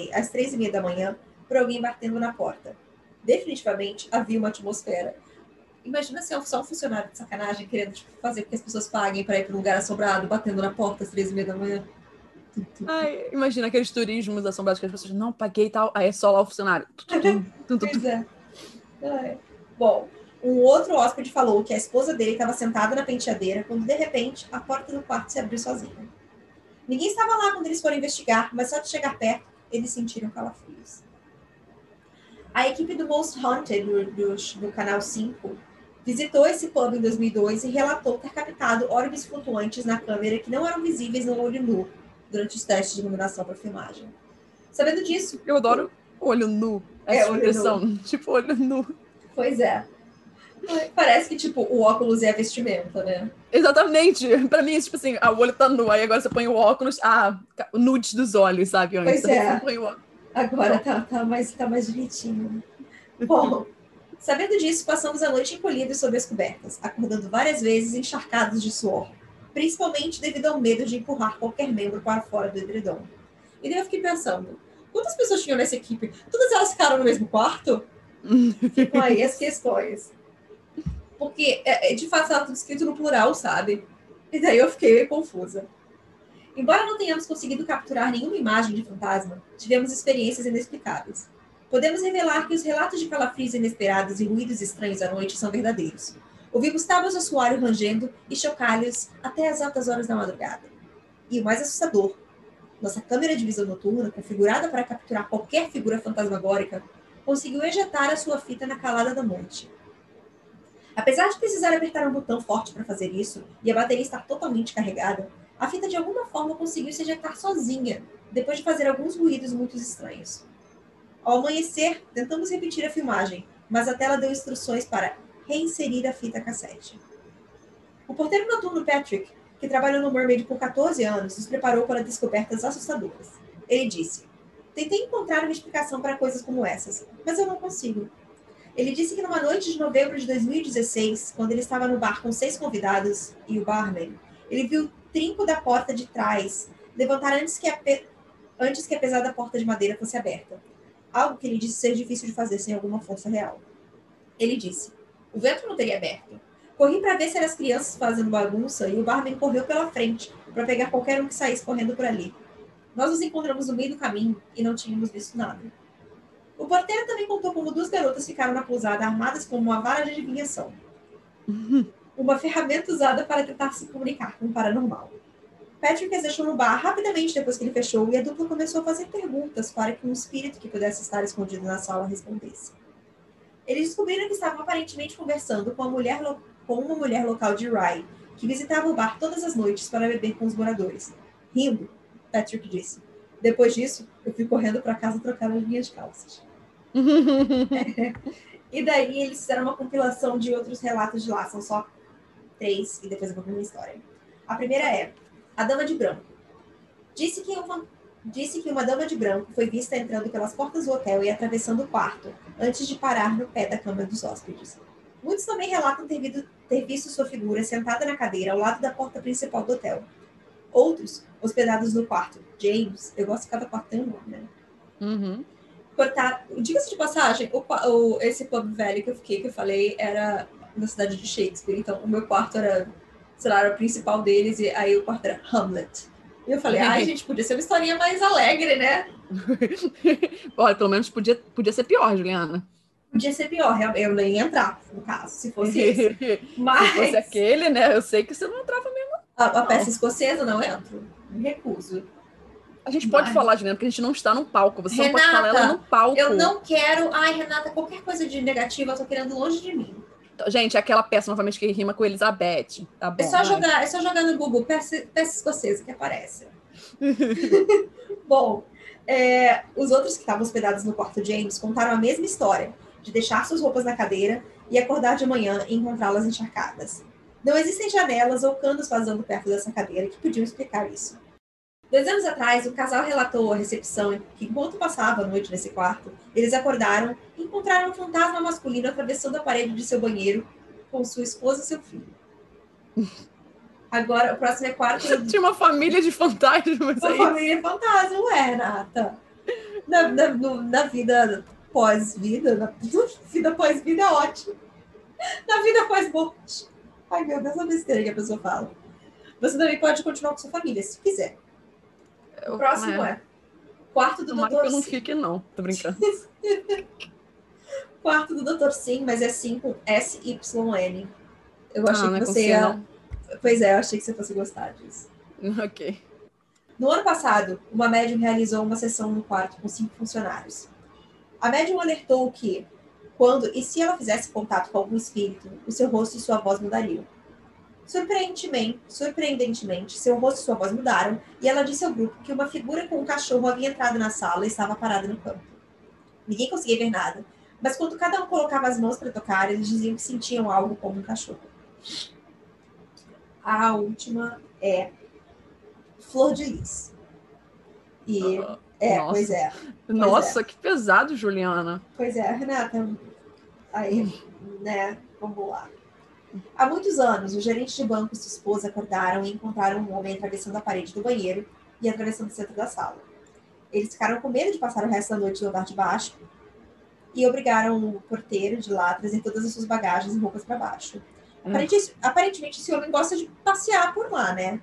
3h30 da manhã, por alguém batendo na porta. Definitivamente havia uma atmosfera Imagina se é só um funcionário de sacanagem querendo tipo, fazer com que as pessoas paguem pra ir pra um lugar assombrado, batendo na porta às 3h30 da manhã. Ai, imagina aqueles turismos assombrados que as pessoas não paguei e tal. Aí é só lá o funcionário. Pois é. Ai. Bom, um outro hóspede falou que a esposa dele estava sentada na penteadeira quando, de repente, a porta do quarto se abriu sozinha. Ninguém estava lá quando eles foram investigar, mas só de chegar perto, eles sentiram calafrios. A equipe do Most Haunted, do Canal 5, visitou esse pub em 2002 e relatou ter captado orbes flutuantes na câmera que não eram visíveis no olho nu durante os testes de iluminação para filmagem. Sabendo disso... Eu adoro olho nu. Essa olho expressão, nu. tipo olho nu. Pois é. Parece que, tipo, o óculos é a vestimenta, né? Exatamente. Pra mim, é tipo assim, o olho tá nu, aí agora você põe o óculos, nudes dos olhos, sabe? Antes. Pois é. Você põe o óculos. Agora tá mais direitinho. Bom, sabendo disso, passamos a noite encolhidos sob as cobertas, acordando várias vezes encharcados de suor, principalmente devido ao medo de empurrar qualquer membro para fora do edredom. E daí eu fiquei pensando, quantas pessoas tinham nessa equipe? Todas elas ficaram no mesmo quarto? Ficam aí as questões. Porque, de fato, estava tudo escrito no plural, sabe? E daí eu fiquei meio confusa. Embora não tenhamos conseguido capturar nenhuma imagem de fantasma, tivemos experiências inexplicáveis. Podemos revelar que os relatos de calafrios inesperados e ruídos estranhos à noite são verdadeiros. Ouvimos tábuas de assoalho rangendo e chocalhos até as altas horas da madrugada. E o mais assustador, nossa câmera de visão noturna, configurada para capturar qualquer figura fantasmagórica, conseguiu ejetar a sua fita na calada da noite. Apesar de precisar apertar um botão forte para fazer isso, e a bateria estar totalmente carregada, a fita de alguma forma conseguiu se ejectar sozinha, depois de fazer alguns ruídos muito estranhos. Ao amanhecer, tentamos repetir a filmagem, mas a tela deu instruções para reinserir a fita cassete. O porteiro noturno Patrick, que trabalhou no Mermaid por 14 anos, nos preparou para descobertas assustadoras. Ele disse: "Tentei encontrar uma explicação para coisas como essas, mas eu não consigo." Ele disse que numa noite de novembro de 2016, quando ele estava no bar com 6 convidados e o barman, ele viu o trinco da porta de trás levantar antes que a pesada porta de madeira fosse aberta. Algo que ele disse ser difícil de fazer sem alguma força real. Ele disse: "O vento não teria aberto. Corri para ver se eram as crianças fazendo bagunça e o barman correu pela frente para pegar qualquer um que saísse correndo por ali. Nós nos encontramos no meio do caminho e não tínhamos visto nada." O porteiro também contou como 2 garotas ficaram na pousada armadas com uma vara de adivinhação. Uma ferramenta usada para tentar se comunicar com o paranormal. Patrick as deixou no bar rapidamente depois que ele fechou e a dupla começou a fazer perguntas para que um espírito que pudesse estar escondido na sala respondesse. Eles descobriram que estavam aparentemente conversando com uma mulher local de Rye, que visitava o bar todas as noites para beber com os moradores. "Rindo", Patrick disse. "Depois disso, eu fui correndo para casa trocar as minhas calças." E daí eles fizeram uma compilação de outros relatos de lá. São só 3 e depois eu vou contar uma história. A primeira é: a Dama de Branco. Disse que uma dama de branco foi vista entrando pelas portas do hotel e atravessando o quarto, antes de parar no pé da cama dos hóspedes. Muitos também relatam ter visto sua figura sentada na cadeira ao lado da porta principal do hotel. Outros, hospedados no quarto James, eu gosto que cada quarto tem um nome, né? Uhum. Diga-se de passagem, esse pub velho que eu falei, era na cidade de Shakespeare. Então, o meu quarto era, sei lá, era o principal deles, e aí o quarto era Hamlet. E eu falei, ai, gente, podia ser uma historinha mais alegre, né? Olha, pelo menos podia ser pior, Juliana. Podia ser pior, eu nem ia entrar, no caso, se fosse esse. Mas... se fosse aquele, né? Eu sei que você não entrava mesmo. A peça escocesa, não entro. Me recuso. A gente pode falar, Juliana, porque a gente não está num palco. Você Renata, não pode falar ela no palco. Eu não quero... Ai, Renata, qualquer coisa de negativa eu tô querendo longe de mim. Gente, aquela peça, novamente, que rima com Elizabeth. Tá bom, é só jogar no Google, peça escocesa, que aparece. Bom, os outros que estavam hospedados no quarto James contaram a mesma história, de deixar suas roupas na cadeira e acordar de manhã e encontrá-las encharcadas. Não existem janelas ou canos vazando perto dessa cadeira que podiam explicar isso. 2 anos atrás, o casal relatou à recepção que, enquanto passava a noite nesse quarto, eles acordaram e encontraram um fantasma masculino atravessando a parede de seu banheiro com sua esposa e seu filho. Agora, o próximo é quarto... Tinha uma família de fantasmas aí. Uma família fantasma, Renata. Na vida pós-vida, na vida pós-vida é ótimo. Na vida faz morte. Ai, meu Deus, a besteira que a pessoa fala. Você também pode continuar com sua família, se quiser. O próximo é quarto do Tomara Dr. que eu não Sim. fique, não. Tô brincando. Quarto do Dr. Sim, mas é Sim com S-Y-N. Eu achei Não que é com você C, ia... não? Pois é, eu achei que você fosse gostar disso. Ok. No ano passado, uma médium realizou uma sessão no quarto com 5 funcionários. A médium alertou que, quando e se ela fizesse contato com algum espírito, o seu rosto e sua voz mudariam. Surpreendentemente, seu rosto e sua voz mudaram, e ela disse ao grupo que uma figura com um cachorro havia entrado na sala e estava parada no canto. Ninguém conseguia ver nada, mas quando cada um colocava as mãos para tocar, eles diziam que sentiam algo como um cachorro. A última é Flor de Lis. E pois Nossa. é. Nossa, que pesado, Juliana. Pois é, Renata, aí, né, vamos lá. Há muitos anos, o gerente de banco e sua esposa acordaram e encontraram um homem atravessando a parede do banheiro e atravessando o centro da sala. Eles ficaram com medo de passar o resto da noite no andar de baixo e obrigaram o porteiro de lá a trazer todas as suas bagagens e roupas para baixo. Aparentemente, esse homem gosta de passear por lá, né?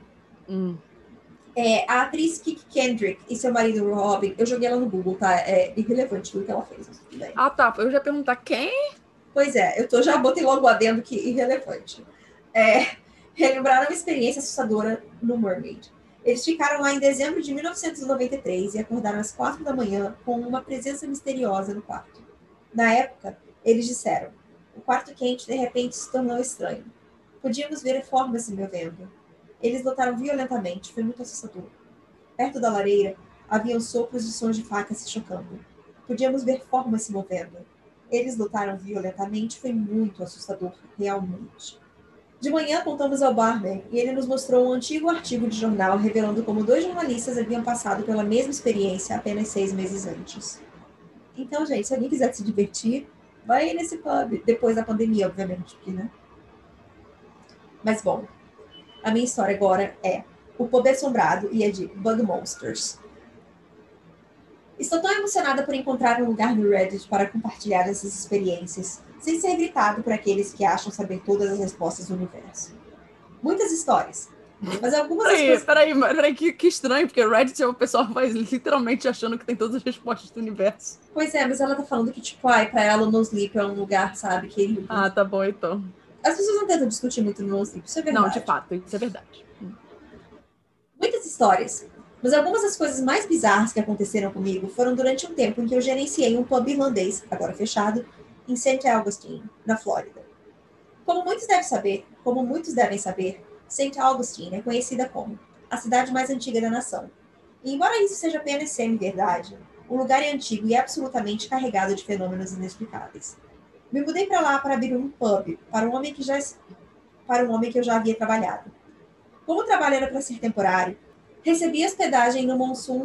A atriz Kiki Kendrick e seu marido Robin, eu joguei ela no Google, tá? É irrelevante tudo que ela fez. Ah, tá. Eu já ia perguntar quem? Pois é, já botei logo o adendo que irrelevante. Relembraram uma experiência assustadora no Mermaid. Eles ficaram lá em dezembro de 1993 e acordaram às 4 da manhã com uma presença misteriosa no quarto. Na época, eles disseram: o quarto quente de repente se tornou estranho. Podíamos ver formas se movendo. Eles lutaram violentamente, foi muito assustador. Perto da lareira, haviam sopros e sons de facas se chocando. Podíamos ver formas se movendo. Eles lutaram violentamente, foi muito assustador, realmente. De manhã, contamos ao barman e ele nos mostrou um antigo artigo de jornal revelando como 2 jornalistas haviam passado pela mesma experiência apenas 6 meses antes. Então, gente, se alguém quiser se divertir, vai nesse pub. Depois da pandemia, obviamente, porque, né? Mas, bom, a minha história agora é O Pub Assombrado e é de Bug Monsters. Estou tão emocionada por encontrar um lugar no Reddit para compartilhar essas experiências, sem ser gritado por aqueles que acham saber todas as respostas do universo. Muitas histórias, mas algumas das coisas... Peraí, que estranho, porque Reddit o pessoal vai literalmente achando que tem todas as respostas do universo. Pois é, mas ela tá falando que, tipo, pra ela o No Sleep é um lugar, sabe, querido. Ah, tá bom, então. As pessoas não tentam discutir muito no No Sleep, isso é verdade. Não, de fato, isso é verdade. Muitas histórias, mas algumas das coisas mais bizarras que aconteceram comigo foram durante um tempo em que eu gerenciei um pub irlandês, agora fechado, em St. Augustine, na Flórida. Como muitos devem saber, St. Augustine é conhecida como a cidade mais antiga da nação. E embora isso seja apenas semi-verdade, o lugar é antigo e absolutamente carregado de fenômenos inexplicáveis. Me mudei para lá para abrir um pub para um homem que eu já havia trabalhado. Como o trabalho era para ser temporário, recebi hospedagem no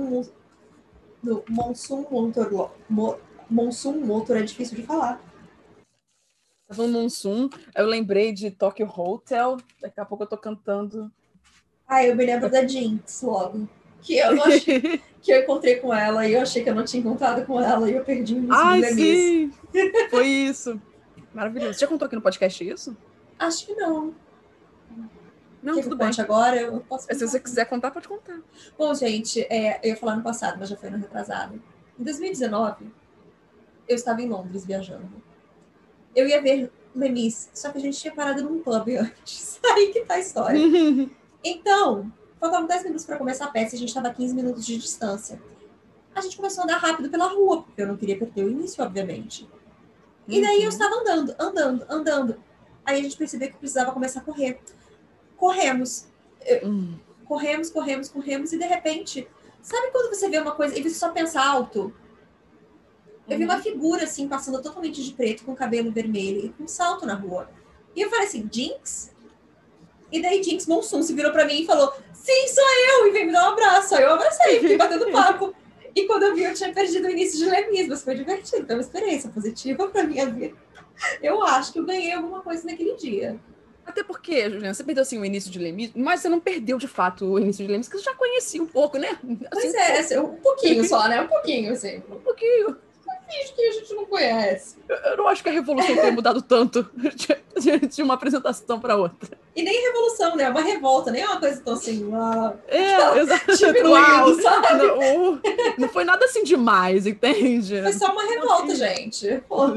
Monsoon Motor, é difícil de falar. Tá falando Monsoon, eu lembrei de Tokyo Hotel, daqui a pouco eu tô cantando. Eu me lembro da Jinx logo. Que eu não achei, que eu encontrei com ela e eu achei que eu não tinha encontrado com ela e eu perdi o início do Lemis. Sim! Foi isso. Maravilhoso. Você já contou aqui no podcast isso? Acho que não. Não, Quer tudo que eu bem. conte agora? Eu posso contar. Se você quiser contar, pode contar. Bom, gente, eu ia falar no passado, mas já foi no retrasado. Em 2019, eu estava em Londres viajando. Eu ia ver Lemis, só que a gente tinha parado num pub antes. Aí que tá a história. Então, faltavam 10 minutos para começar a peça e a gente estava a 15 minutos de distância. A gente começou a andar rápido pela rua, porque eu não queria perder o início, obviamente. E daí eu estava andando. Aí a gente percebeu que precisava começar a correr. Corremos. Corremos e de repente, sabe quando você vê uma coisa e você só pensa alto? Eu vi uma figura assim, passando totalmente de preto, com cabelo vermelho e com um salto na rua. E eu falei assim, Jinx? E daí Jinx Monsoon se virou pra mim e falou, sim, sou eu! E veio me dar um abraço. Aí eu abracei, fiquei batendo papo. E quando eu vi, eu tinha perdido o início de Lemis, mas foi divertido, foi uma experiência positiva pra minha vida. Eu acho que eu ganhei alguma coisa naquele dia. Até porque, Juliana, você perdeu assim o início de Lemis, mas você não perdeu de fato o início de Lemis, que você já conhecia um pouco, né? Pois um pouquinho só, né? Um pouquinho, assim. Um pouquinho. finge que a gente não conhece. Eu não acho que a revolução tenha mudado tanto de uma apresentação para outra. E nem revolução, né? É uma revolta, nem é uma coisa tão assim, exato. diminuindo, sabe? Não foi nada assim demais, entende? Foi só uma revolta, gente. Pô.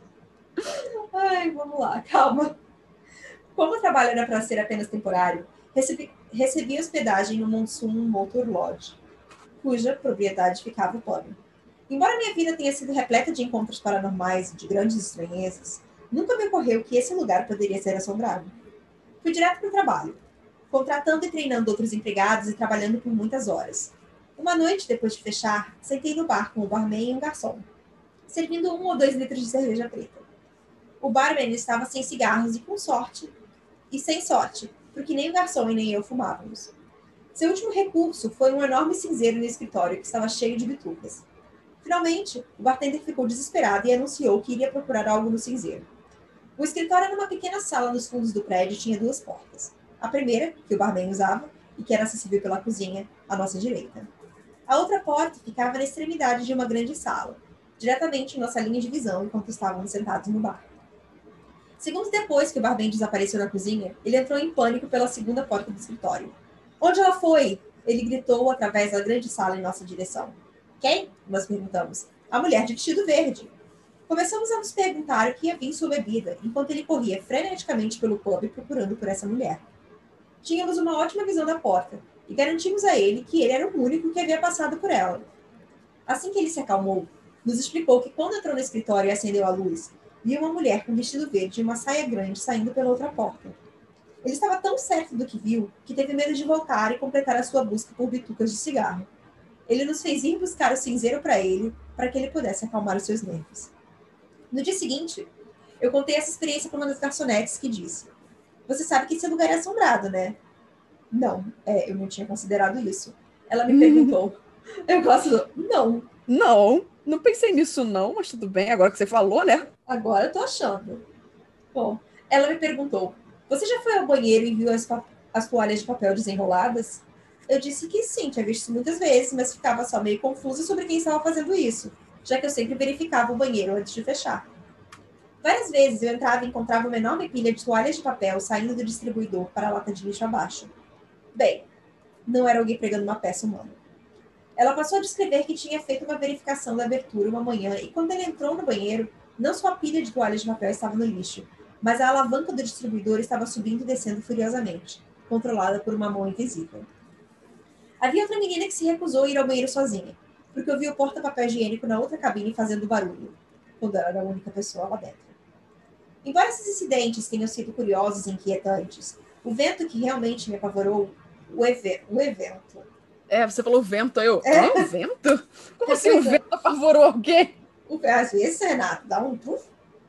Ai, vamos lá, calma. Como o trabalho era para ser apenas temporário, recebi hospedagem no Monsoon Motor Lodge, cuja propriedade ficava pobre. Embora minha vida tenha sido repleta de encontros paranormais e de grandes estranhezas, nunca me ocorreu que esse lugar poderia ser assombrado. Fui direto para o trabalho, contratando e treinando outros empregados e trabalhando por muitas horas. Uma noite, depois de fechar, sentei no bar com o barman e um garçom, servindo 1 ou 2 litros de cerveja preta. O barman estava sem cigarros e sem sorte, porque nem o garçom e nem eu fumávamos. Seu último recurso foi um enorme cinzeiro no escritório que estava cheio de bitucas. Finalmente, o bartender ficou desesperado e anunciou que iria procurar algo no cinzeiro. O escritório era uma pequena sala nos fundos do prédio e tinha 2 portas. A primeira, que o barman usava, e que era acessível pela cozinha, à nossa direita. A outra porta ficava na extremidade de uma grande sala, diretamente em nossa linha de visão enquanto estávamos sentados no bar. Segundos depois que o barman desapareceu na cozinha, ele entrou em pânico pela segunda porta do escritório. Onde ela foi? Ele gritou através da grande sala em nossa direção. Quem? Nós perguntamos. A mulher de vestido verde. Começamos a nos perguntar o que havia em sua bebida, enquanto ele corria freneticamente pelo pub procurando por essa mulher. Tínhamos uma ótima visão da porta, e garantimos a ele que ele era o único que havia passado por ela. Assim que ele se acalmou, nos explicou que quando entrou no escritório e acendeu a luz, viu uma mulher com vestido verde e uma saia grande saindo pela outra porta. Ele estava tão certo do que viu, que teve medo de voltar e completar a sua busca por bitucas de cigarro. Ele nos fez ir buscar o cinzeiro para que ele pudesse acalmar os seus nervos. No dia seguinte, eu contei essa experiência para uma das garçonetes que disse: Você sabe que esse lugar é assombrado, né? Não, eu não tinha considerado isso. Ela me perguntou. Eu gosto do... Não pensei nisso não, mas tudo bem, agora que você falou, né? Agora eu tô achando. Bom, ela me perguntou: Você já foi ao banheiro e viu as toalhas de papel desenroladas? Eu disse que sim, tinha visto muitas vezes, mas ficava só meio confusa sobre quem estava fazendo isso, já que eu sempre verificava o banheiro antes de fechar. Várias vezes eu entrava e encontrava uma enorme pilha de toalhas de papel saindo do distribuidor para a lata de lixo abaixo. Bem, não era alguém pregando uma peça humana. Ela passou a descrever que tinha feito uma verificação da abertura uma manhã e quando ele entrou no banheiro, não só a pilha de toalhas de papel estava no lixo, mas a alavanca do distribuidor estava subindo e descendo furiosamente, controlada por uma mão invisível. Havia outra menina que se recusou a ir ao banheiro sozinha, porque ouviu o porta-papel higiênico na outra cabine fazendo barulho, quando ela era a única pessoa lá dentro. Embora esses incidentes tenham sido curiosos e inquietantes, o vento que realmente me apavorou, o evento. Você falou vento, aí eu... O vento? Como assim o vento apavorou alguém? Às vezes, Renato, dá um puf.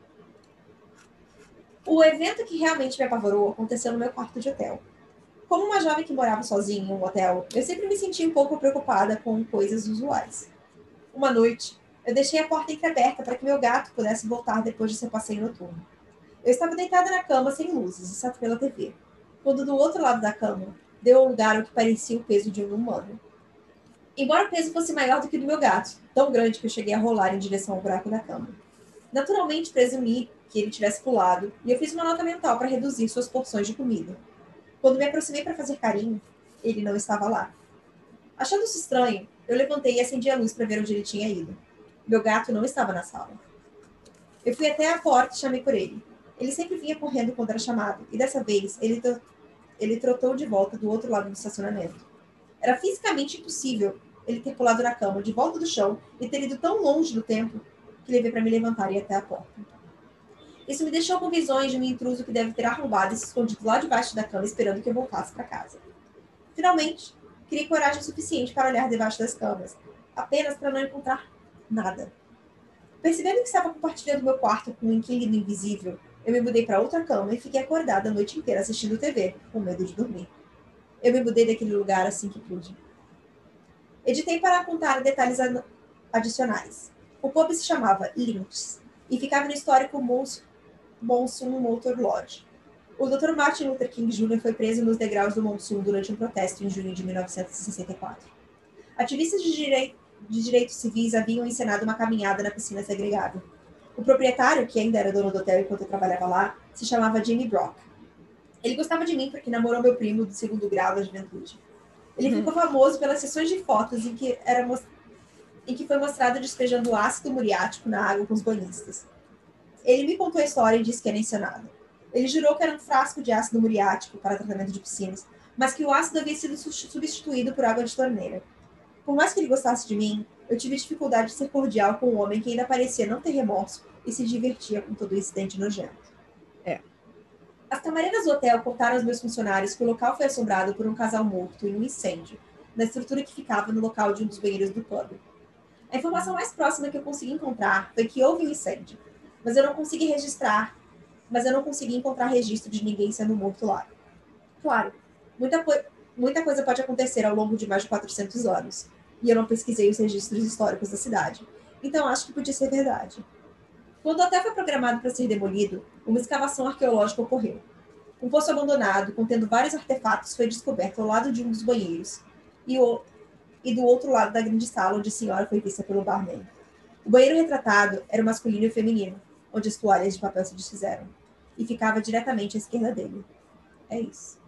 O evento que realmente me apavorou aconteceu no meu quarto de hotel. Como uma jovem que morava sozinha em um hotel, eu sempre me sentia um pouco preocupada com coisas usuais. Uma noite, eu deixei a porta entreaberta para que meu gato pudesse voltar depois de seu passeio noturno. Eu estava deitada na cama sem luzes, exceto pela TV, quando do outro lado da cama deu lugar ao que parecia o peso de um humano. Embora o peso fosse maior do que o do meu gato, tão grande que eu cheguei a rolar em direção ao buraco da cama. Naturalmente, presumi que ele tivesse pulado, e eu fiz uma nota mental para reduzir suas porções de comida. Quando me aproximei para fazer carinho, ele não estava lá. Achando isso estranho, eu levantei e acendi a luz para ver onde ele tinha ido. Meu gato não estava na sala. Eu fui até a porta e chamei por ele. Ele sempre vinha correndo quando era chamado, e dessa vez ele trotou de volta do outro lado do estacionamento. Era fisicamente impossível ele ter pulado na cama, de volta do chão, e ter ido tão longe do tempo que levei para me levantar e ir até a porta. Isso me deixou com visões de um intruso que deve ter arrombado e se escondido lá debaixo da cama esperando que eu voltasse para casa. Finalmente, criei coragem suficiente para olhar debaixo das camas, apenas para não encontrar nada. Percebendo que estava compartilhando meu quarto com um inquilino invisível, eu me mudei para outra cama e fiquei acordada a noite inteira assistindo TV, com medo de dormir. Eu me mudei daquele lugar assim que pude. Editei para contar detalhes adicionais. O pub se chamava Lynx e ficava no histórico Monsoon Motor Lodge. O Dr. Martin Luther King Jr. foi preso nos degraus do Monsoon durante um protesto em junho de 1964. Ativistas de de direitos civis haviam encenado uma caminhada na piscina segregada. O proprietário, que ainda era dono do hotel enquanto eu trabalhava lá, se chamava Jimmy Brock. Ele gostava de mim porque namorou meu primo do segundo grau da juventude. Ele ficou famoso pelas sessões de fotos em que foi mostrado despejando ácido muriático na água com os banhistas. Ele me contou a história e disse que era encenado. Ele jurou que era um frasco de ácido muriático para tratamento de piscinas, mas que o ácido havia sido substituído por água de torneira. Por mais que ele gostasse de mim, eu tive dificuldade de ser cordial com um homem que ainda parecia não ter remorso e se divertia com todo o incidente nojento. As camareiras do hotel contaram aos meus funcionários que o local foi assombrado por um casal morto em um incêndio, na estrutura que ficava no local de um dos banheiros do pub. A informação mais próxima que eu consegui encontrar foi que houve um incêndio, mas eu não consegui encontrar registro de ninguém sendo morto lá. Claro, muita coisa pode acontecer ao longo de mais de 400 anos, e eu não pesquisei os registros históricos da cidade, então acho que podia ser verdade. Quando o hotel foi programado para ser demolido, uma escavação arqueológica ocorreu. Um poço abandonado, contendo vários artefatos, foi descoberto ao lado de um dos banheiros, e do outro lado da grande sala onde a senhora foi vista pelo barman. O banheiro retratado era o masculino e o feminino, onde as toalhas de papel se desfizeram, e ficava diretamente à esquerda dele. É isso.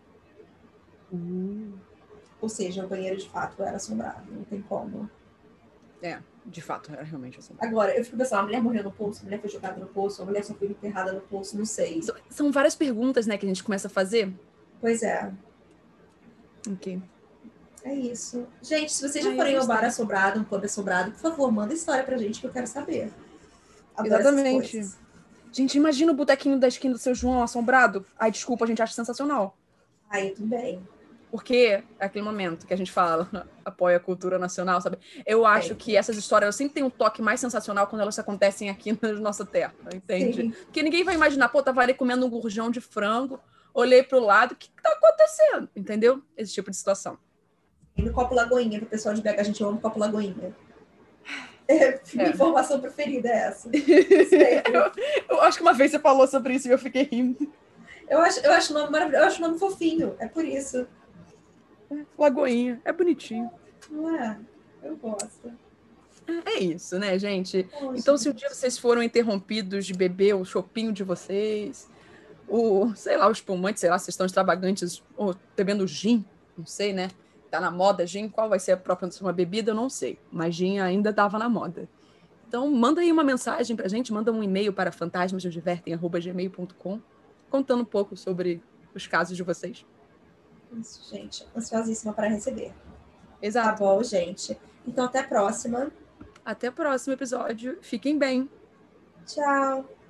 Ou seja, o banheiro de fato era assombrado, não tem como. De fato, era realmente assim. Agora, eu fico pensando, a mulher morreu no poço, a mulher foi jogada no poço, a mulher só foi enterrada no poço, não sei. São várias perguntas, né, que a gente começa a fazer. Pois é. Ok. É isso. Gente, se vocês já forem ao bar assombrado, um pub assombrado, por favor, manda história pra gente que eu quero saber. Adoro exatamente. Gente, imagina o botequinho da esquina do seu João assombrado. Ai, desculpa, a gente acha sensacional. Ai, eu também. Porque é aquele momento que a gente fala, apoia a cultura nacional, sabe? Eu acho que essas histórias sempre têm um toque mais sensacional quando elas acontecem aqui na nossa terra, entende? Sim. Porque ninguém vai imaginar, pô, tava ali comendo um gurjão de frango, olhei pro lado, o que tá acontecendo? Entendeu? Esse tipo de situação. E no Copo Lagoinha, pro pessoal de BH, a gente ama o Copo Lagoinha. Minha informação preferida é essa. eu acho que uma vez você falou sobre isso e eu fiquei rindo. Eu acho o nome maravilhoso, eu acho o nome fofinho, é por isso. Lagoinha, é bonitinho. Não é? Eu gosto. É isso, né, gente? Então, se um dia vocês foram interrompidos de beber o chopinho de vocês, o espumante, sei lá, vocês estão extravagantes, ou bebendo gin, não sei, né? Tá na moda gin, qual vai ser a própria uma bebida, eu não sei. Mas gin ainda tava na moda. Então, manda aí uma mensagem pra gente, manda um e-mail para fantasmasnosdivertem@gmail.com, contando um pouco sobre os casos de vocês. Isso, gente. Ansiosíssima para receber. Exato. Tá bom, gente. Então, até a próxima. Até o próximo episódio. Fiquem bem. Tchau.